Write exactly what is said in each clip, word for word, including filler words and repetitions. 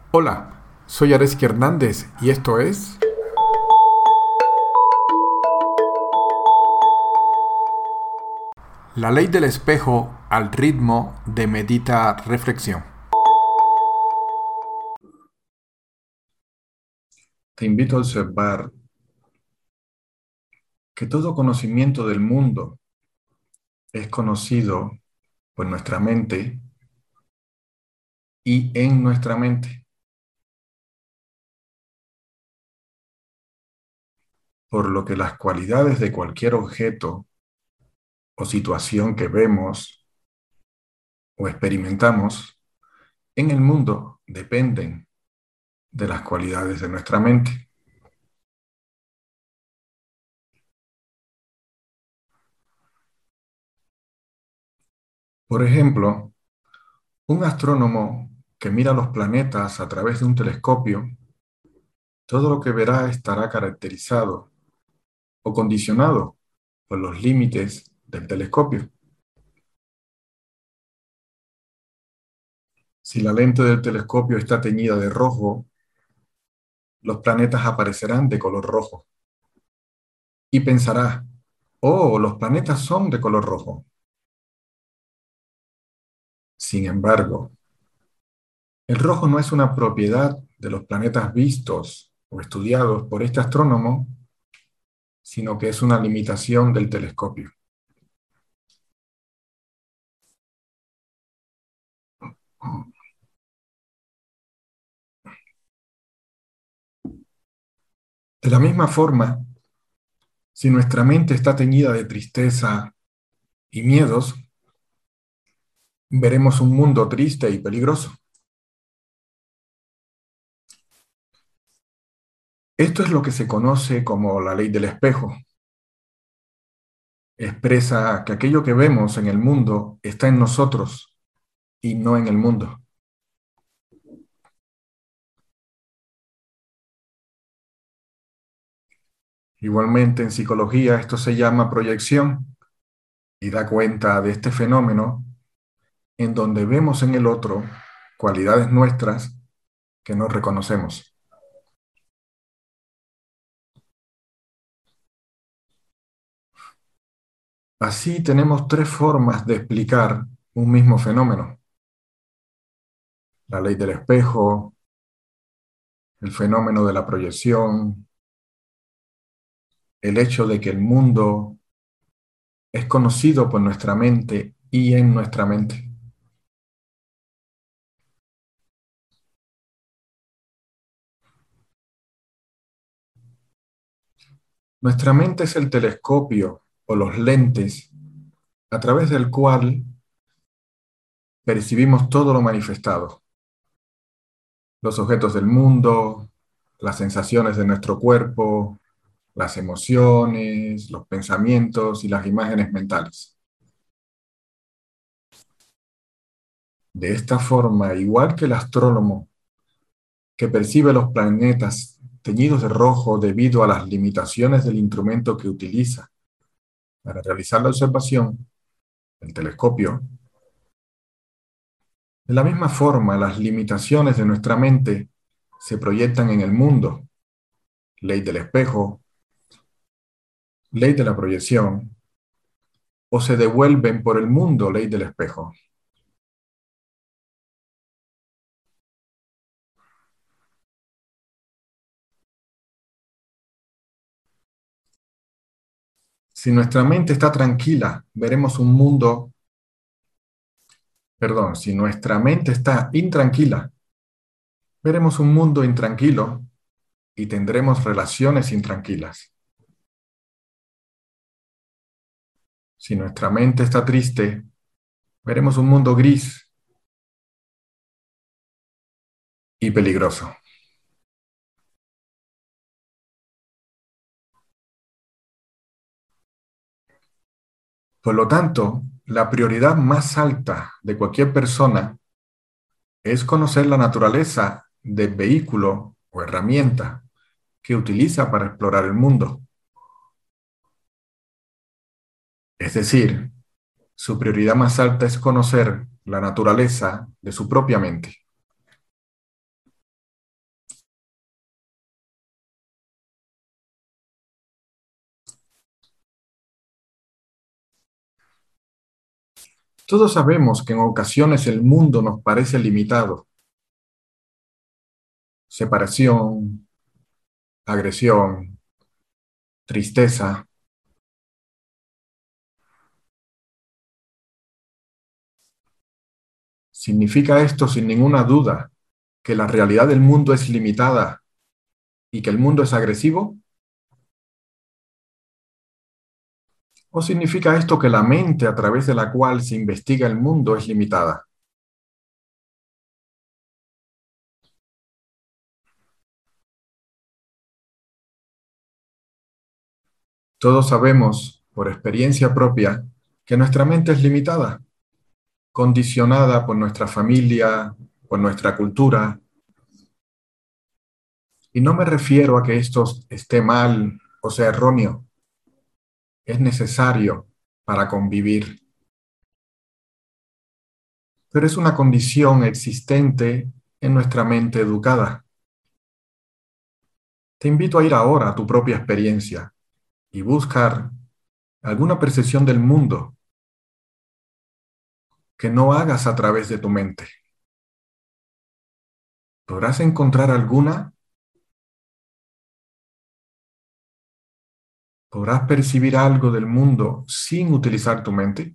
Hola, soy Areski Hernández y esto es La ley del espejo al ritmo de medita reflexión. Te invito a observar que todo conocimiento del mundo es conocido por nuestra mente y en nuestra mente, por lo que las cualidades de cualquier objeto o situación que vemos o experimentamos en el mundo dependen de las cualidades de nuestra mente. Por ejemplo, un astrónomo que mira los planetas a través de un telescopio, todo lo que verá estará caracterizado o condicionado por los límites del telescopio. Si la lente del telescopio está teñida de rojo, los planetas aparecerán de color rojo. Y pensará, oh, los planetas son de color rojo. Sin embargo, el rojo no es una propiedad de los planetas vistos o estudiados por este astrónomo, sino que es una limitación del telescopio. De la misma forma, si nuestra mente está teñida de tristeza y miedos, veremos un mundo triste y peligroso. Esto es lo que se conoce como la ley del espejo. Expresa que aquello que vemos en el mundo está en nosotros y no en el mundo. Igualmente, en psicología esto se llama proyección y da cuenta de este fenómeno en donde vemos en el otro cualidades nuestras que no reconocemos. Así tenemos tres formas de explicar un mismo fenómeno: la ley del espejo, el fenómeno de la proyección, el hecho de que el mundo es conocido por nuestra mente y en nuestra mente. Nuestra mente es el telescopio o los lentes a través del cual percibimos todo lo manifestado, los objetos del mundo, las sensaciones de nuestro cuerpo, las emociones, los pensamientos y las imágenes mentales. De esta forma, igual que el astrónomo que percibe los planetas teñidos de rojo debido a las limitaciones del instrumento que utiliza para realizar la observación, el telescopio, de la misma forma las limitaciones de nuestra mente se proyectan en el mundo, ley del espejo, ley de la proyección, o se devuelven por el mundo, ley del espejo. Si nuestra mente está tranquila, veremos un mundo, perdón, si nuestra mente está intranquila, veremos un mundo intranquilo y tendremos relaciones intranquilas. Si nuestra mente está triste, veremos un mundo gris y peligroso. Por lo tanto, la prioridad más alta de cualquier persona es conocer la naturaleza del vehículo o herramienta que utiliza para explorar el mundo. Es decir, su prioridad más alta es conocer la naturaleza de su propia mente. Todos sabemos que en ocasiones el mundo nos parece limitado. Separación, agresión, tristeza. ¿Significa esto sin ninguna duda que la realidad del mundo es limitada y que el mundo es agresivo? ¿O significa esto que la mente a través de la cual se investiga el mundo es limitada? Todos sabemos, por experiencia propia, que nuestra mente es limitada, condicionada por nuestra familia, por nuestra cultura. Y no me refiero a que esto esté mal o sea erróneo. Es necesario para convivir, pero es una condición existente en nuestra mente educada. Te invito a ir ahora a tu propia experiencia y buscar alguna percepción del mundo que no hagas a través de tu mente. ¿Podrás encontrar alguna? ¿Podrás percibir algo del mundo sin utilizar tu mente?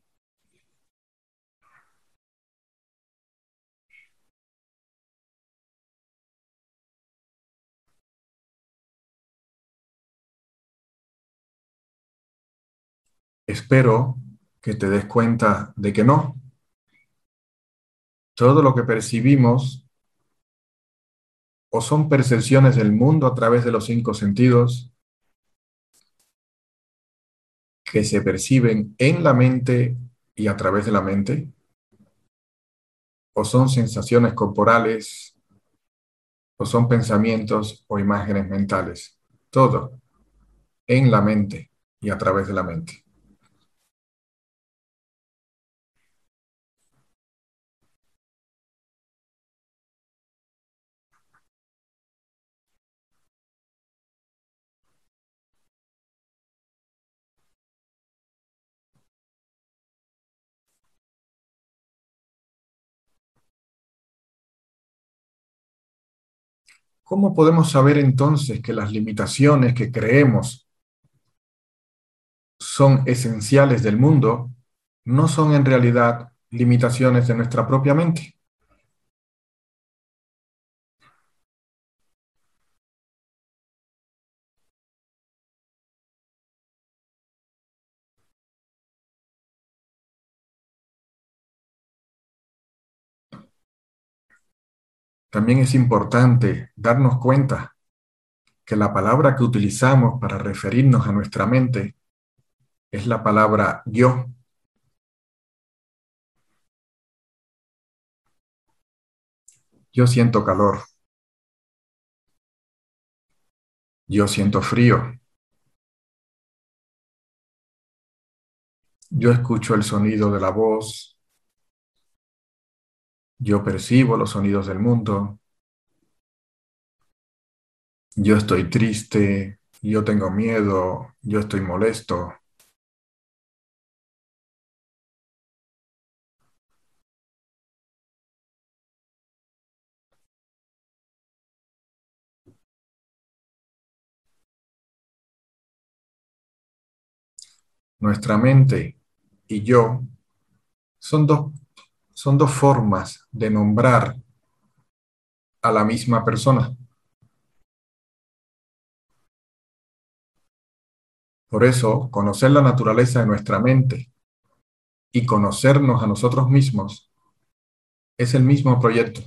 Espero que te des cuenta de que no. Todo lo que percibimos o son percepciones del mundo a través de los cinco sentidos que se perciben en la mente y a través de la mente, o son sensaciones corporales, o son pensamientos o imágenes mentales. Todo en la mente y a través de la mente. ¿Cómo podemos saber entonces que las limitaciones que creemos son esenciales del mundo no son en realidad limitaciones de nuestra propia mente? También es importante darnos cuenta que la palabra que utilizamos para referirnos a nuestra mente es la palabra yo. Yo siento calor, yo siento frío, yo escucho el sonido de la voz, yo percibo los sonidos del mundo, yo estoy triste, yo tengo miedo, yo estoy molesto. Nuestra mente y yo son dos, son dos formas de nombrar a la misma persona. Por eso, conocer la naturaleza de nuestra mente y conocernos a nosotros mismos es el mismo proyecto.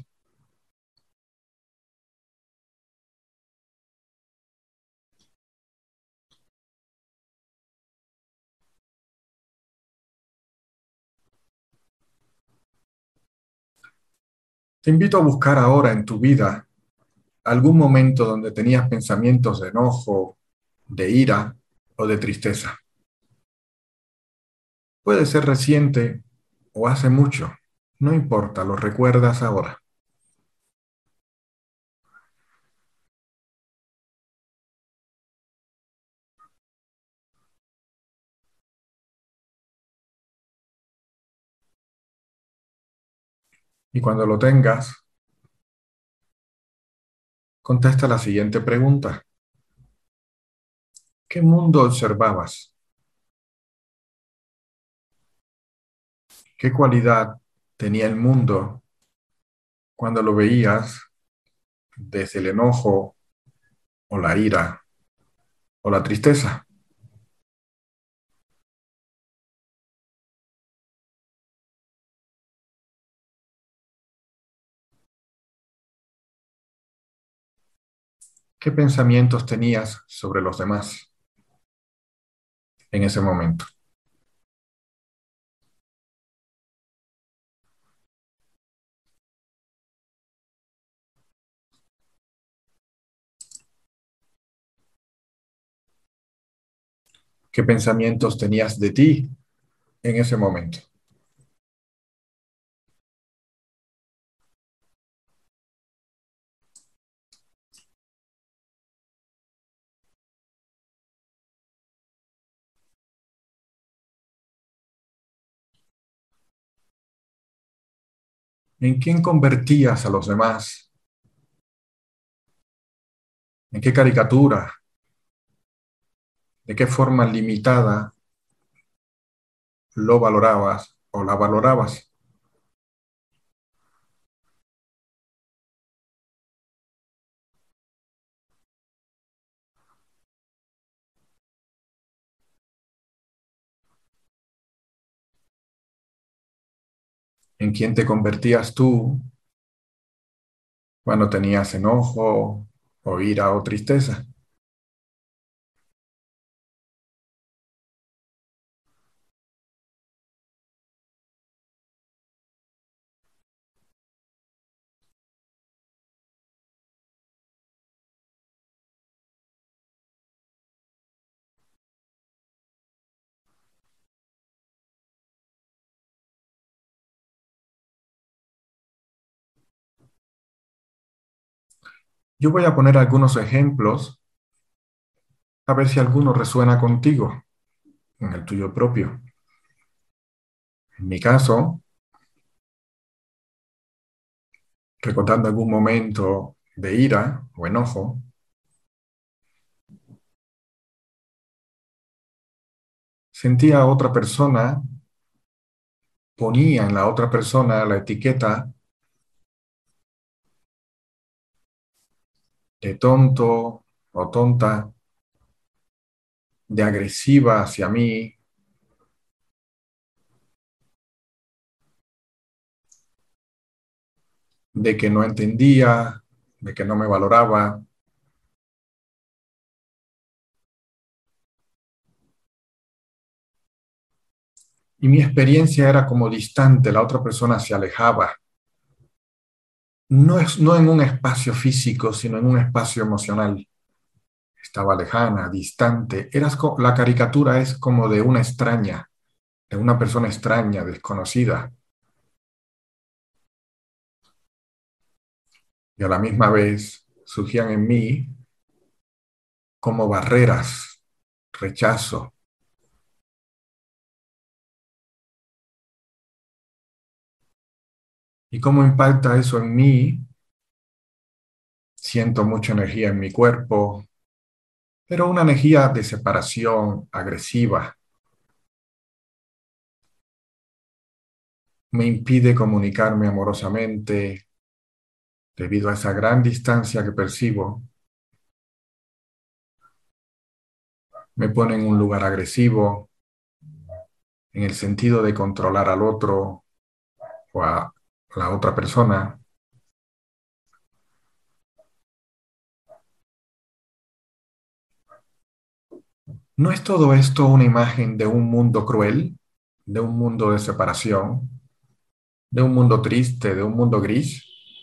Te invito a buscar ahora en tu vida algún momento donde tenías pensamientos de enojo, de ira o de tristeza. Puede ser reciente o hace mucho, no importa, lo recuerdas ahora. Y cuando lo tengas, contesta la siguiente pregunta. ¿Qué mundo observabas? ¿Qué cualidad tenía el mundo cuando lo veías desde el enojo o la ira o la tristeza? ¿Qué pensamientos tenías sobre los demás en ese momento? ¿Qué pensamientos tenías de ti en ese momento? ¿En quién convertías a los demás? ¿En qué caricatura? ¿De qué forma limitada lo valorabas o la valorabas? ¿En quién te convertías tú cuando tenías enojo o ira o tristeza? Yo voy a poner algunos ejemplos a ver si alguno resuena contigo en el tuyo propio. En mi caso, recordando algún momento de ira o enojo, sentía a otra persona, ponía en la otra persona la etiqueta de tonto o tonta, de agresiva hacia mí, de que no entendía, de que no me valoraba. Y mi experiencia era como distante, la otra persona se alejaba. No, es, no en un espacio físico, sino en un espacio emocional. Estaba lejana, distante. Eras co- la caricatura es como de una extraña, de una persona extraña, desconocida. Y a la misma vez surgían en mí como barreras, rechazo. ¿Y cómo impacta eso en mí? Siento mucha energía en mi cuerpo, pero una energía de separación agresiva. Me impide comunicarme amorosamente debido a esa gran distancia que percibo. Me pone en un lugar agresivo en el sentido de controlar al otro o a la otra persona. ¿No es todo esto una imagen de un mundo cruel, de un mundo de separación, de un mundo triste, de un mundo gris?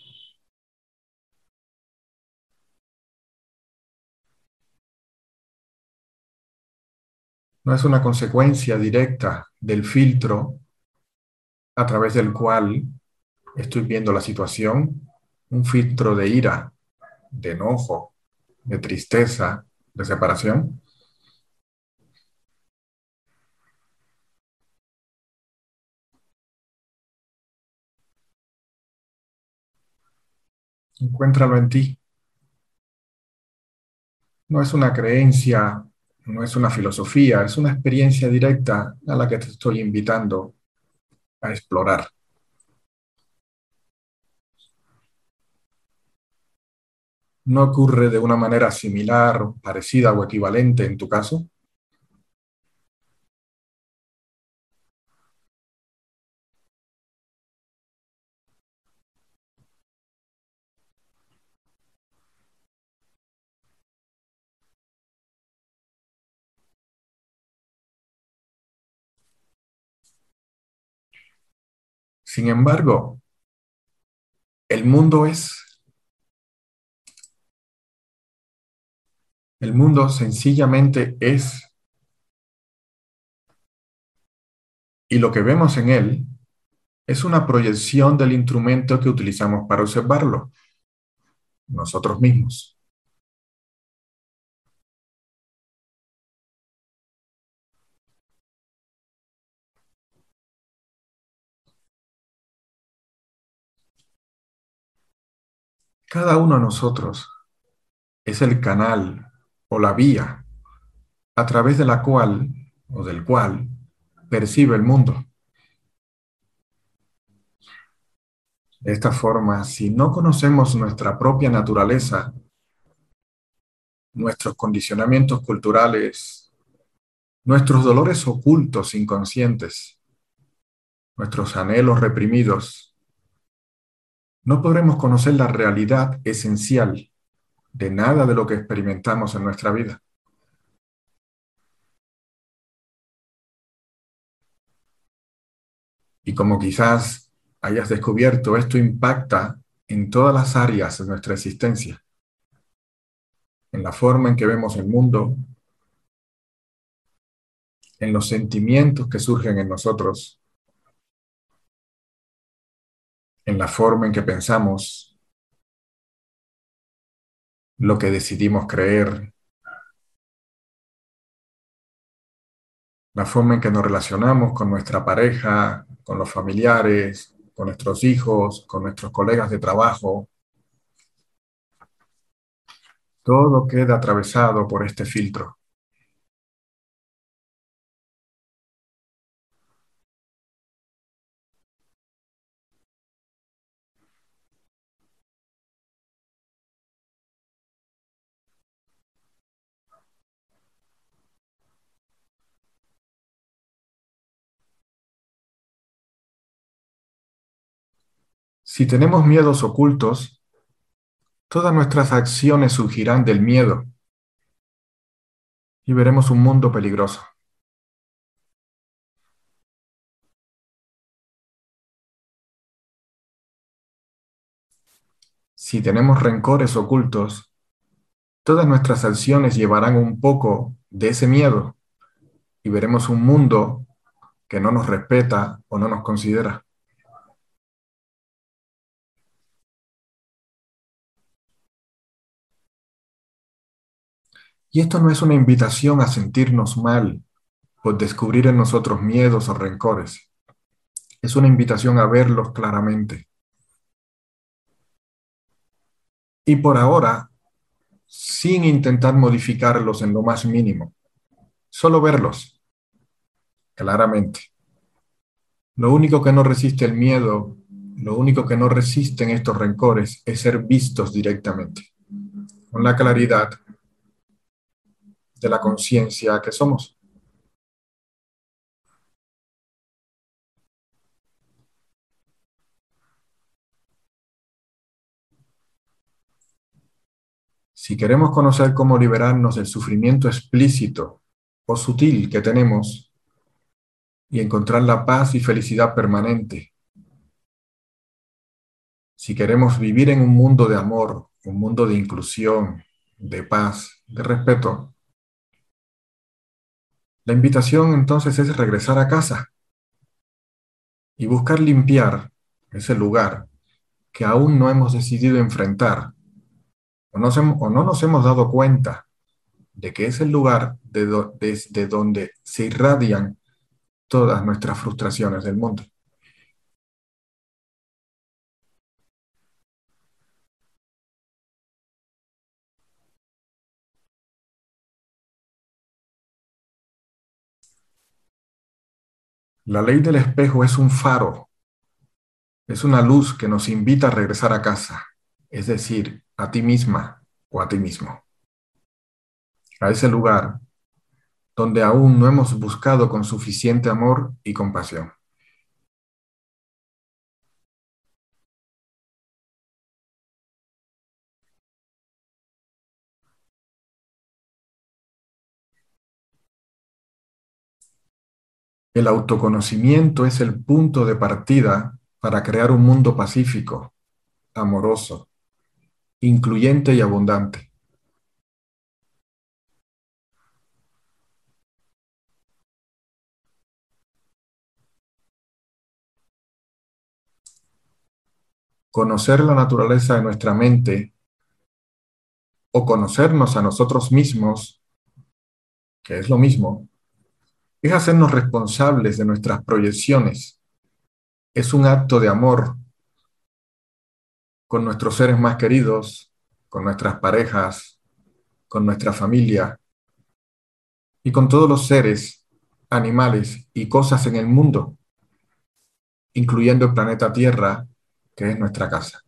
¿No es una consecuencia directa del filtro a través del cual estoy viendo la situación? Un filtro de ira, de enojo, de tristeza, de separación. Encuéntralo en ti. No es una creencia, no es una filosofía, es una experiencia directa a la que te estoy invitando a explorar. ¿No ocurre de una manera similar, parecida o equivalente en tu caso? Sin embargo, el mundo es, el mundo sencillamente es, y lo que vemos en él es una proyección del instrumento que utilizamos para observarlo, nosotros mismos. Cada uno de nosotros es el canal o la vía a través de la cual o del cual percibe el mundo. De esta forma, si no conocemos nuestra propia naturaleza, nuestros condicionamientos culturales, nuestros dolores ocultos inconscientes, nuestros anhelos reprimidos, no podremos conocer la realidad esencial de nada de lo que experimentamos en nuestra vida. Y como quizás hayas descubierto, esto impacta en todas las áreas de nuestra existencia, en la forma en que vemos el mundo, en los sentimientos que surgen en nosotros, en la forma en que pensamos, lo que decidimos creer, la forma en que nos relacionamos con nuestra pareja, con los familiares, con nuestros hijos, con nuestros colegas de trabajo. Todo queda atravesado por este filtro. Si tenemos miedos ocultos, todas nuestras acciones surgirán del miedo y veremos un mundo peligroso. Si tenemos rencores ocultos, todas nuestras acciones llevarán un poco de ese miedo y veremos un mundo que no nos respeta o no nos considera. Y esto no es una invitación a sentirnos mal por descubrir en nosotros miedos o rencores. Es una invitación a verlos claramente. Y por ahora, sin intentar modificarlos en lo más mínimo, solo verlos claramente. Lo único que no resiste el miedo, lo único que no resisten estos rencores es ser vistos directamente, con la claridad de la conciencia que somos. Si queremos conocer cómo liberarnos del sufrimiento explícito o sutil que tenemos y encontrar la paz y felicidad permanente, si queremos vivir en un mundo de amor, un mundo de inclusión, de paz, de respeto, la invitación entonces es regresar a casa y buscar limpiar ese lugar que aún no hemos decidido enfrentar o, nos hem- o no nos hemos dado cuenta de que es el lugar de do- desde donde se irradian todas nuestras frustraciones del mundo. La ley del espejo es un faro, es una luz que nos invita a regresar a casa, es decir, a ti misma o a ti mismo, a ese lugar donde aún no hemos buscado con suficiente amor y compasión. El autoconocimiento es el punto de partida para crear un mundo pacífico, amoroso, incluyente y abundante. Conocer la naturaleza de nuestra mente o conocernos a nosotros mismos, que es lo mismo, es hacernos responsables de nuestras proyecciones. Es un acto de amor con nuestros seres más queridos, con nuestras parejas, con nuestra familia y con todos los seres, animales y cosas en el mundo, incluyendo el planeta Tierra, que es nuestra casa.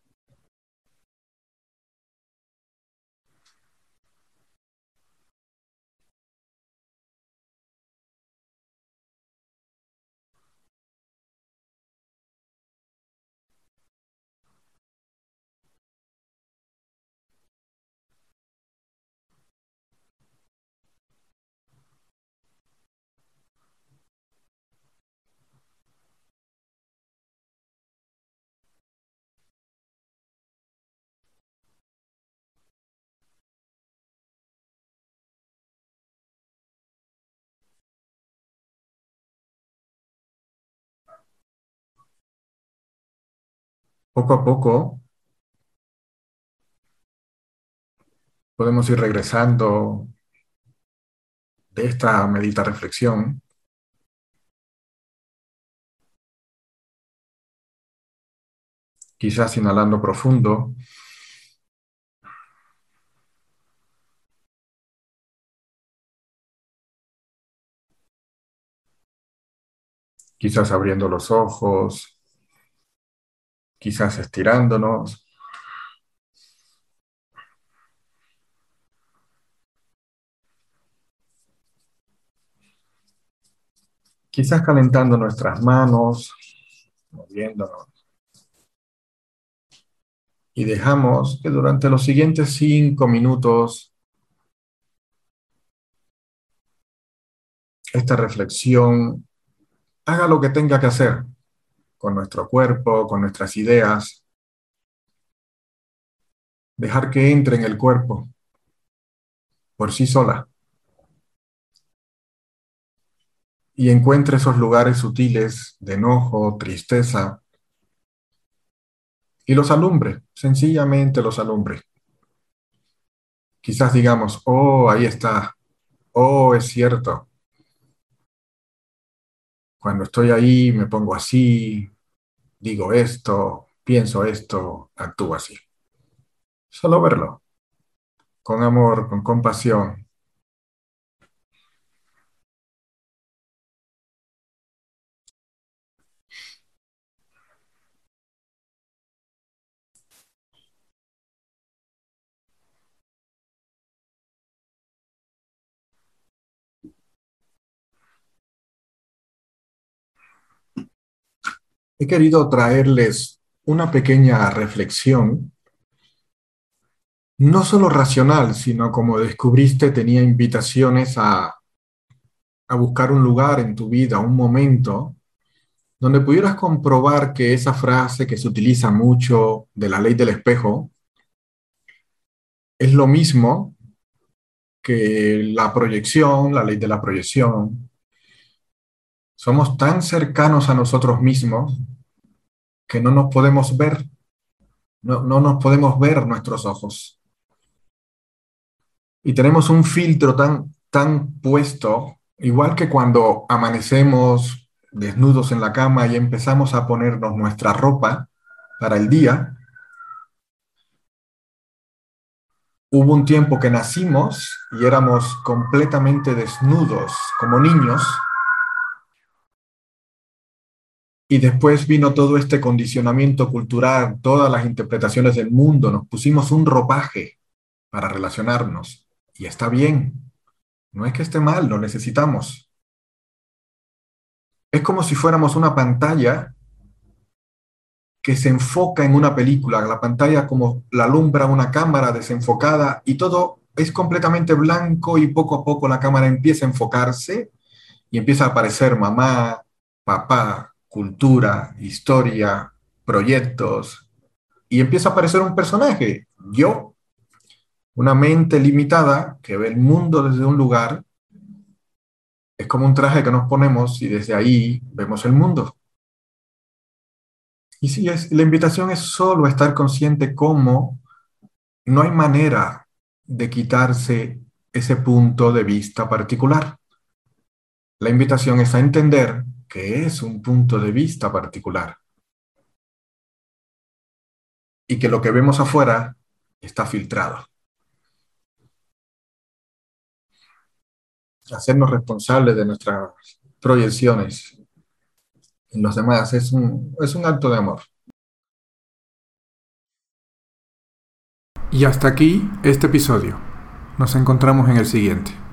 Poco a poco podemos ir regresando de esta medita reflexión, quizás inhalando profundo, quizás abriendo los ojos, quizás estirándonos, quizás calentando nuestras manos, moviéndonos. Y dejamos que durante los siguientes cinco minutos esta reflexión haga lo que tenga que hacer con nuestro cuerpo, con nuestras ideas, dejar que entre en el cuerpo por sí sola y encuentre esos lugares sutiles de enojo, tristeza, y los alumbre, sencillamente los alumbre. Quizás digamos, oh, ahí está, oh, es cierto, cuando estoy ahí me pongo así, digo esto, pienso esto, actúo así. Solo verlo, con amor, con compasión. He querido traerles una pequeña reflexión, no solo racional, sino como descubriste, tenía invitaciones a, a buscar un lugar en tu vida, un momento, donde pudieras comprobar que esa frase que se utiliza mucho de la ley del espejo es lo mismo que la proyección, la ley de la proyección. Somos tan cercanos a nosotros mismos que no nos podemos ver, no, no nos podemos ver nuestros ojos. Y tenemos un filtro tan, tan puesto, igual que cuando amanecemos desnudos en la cama y empezamos a ponernos nuestra ropa para el día. Hubo un tiempo que nacimos y éramos completamente desnudos como niños, Y después vino todo este condicionamiento cultural, todas las interpretaciones del mundo, nos pusimos un ropaje para relacionarnos. Y está bien, no es que esté mal, lo necesitamos. Es como si fuéramos una pantalla que se enfoca en una película, la pantalla como la alumbra una cámara desenfocada y todo es completamente blanco y poco a poco la cámara empieza a enfocarse y empieza a aparecer mamá, papá, cultura, historia, proyectos y empieza a aparecer un personaje, yo, una mente limitada que ve el mundo desde un lugar, es como un traje que nos ponemos y desde ahí vemos el mundo. Y sí, es, la invitación es solo estar consciente cómo no hay manera de quitarse ese punto de vista particular. La invitación es a entender que es un punto de vista particular y que lo que vemos afuera está filtrado. Hacernos responsables de nuestras proyecciones en los demás es un, es un acto de amor. Y hasta aquí este episodio. Nos encontramos en el siguiente.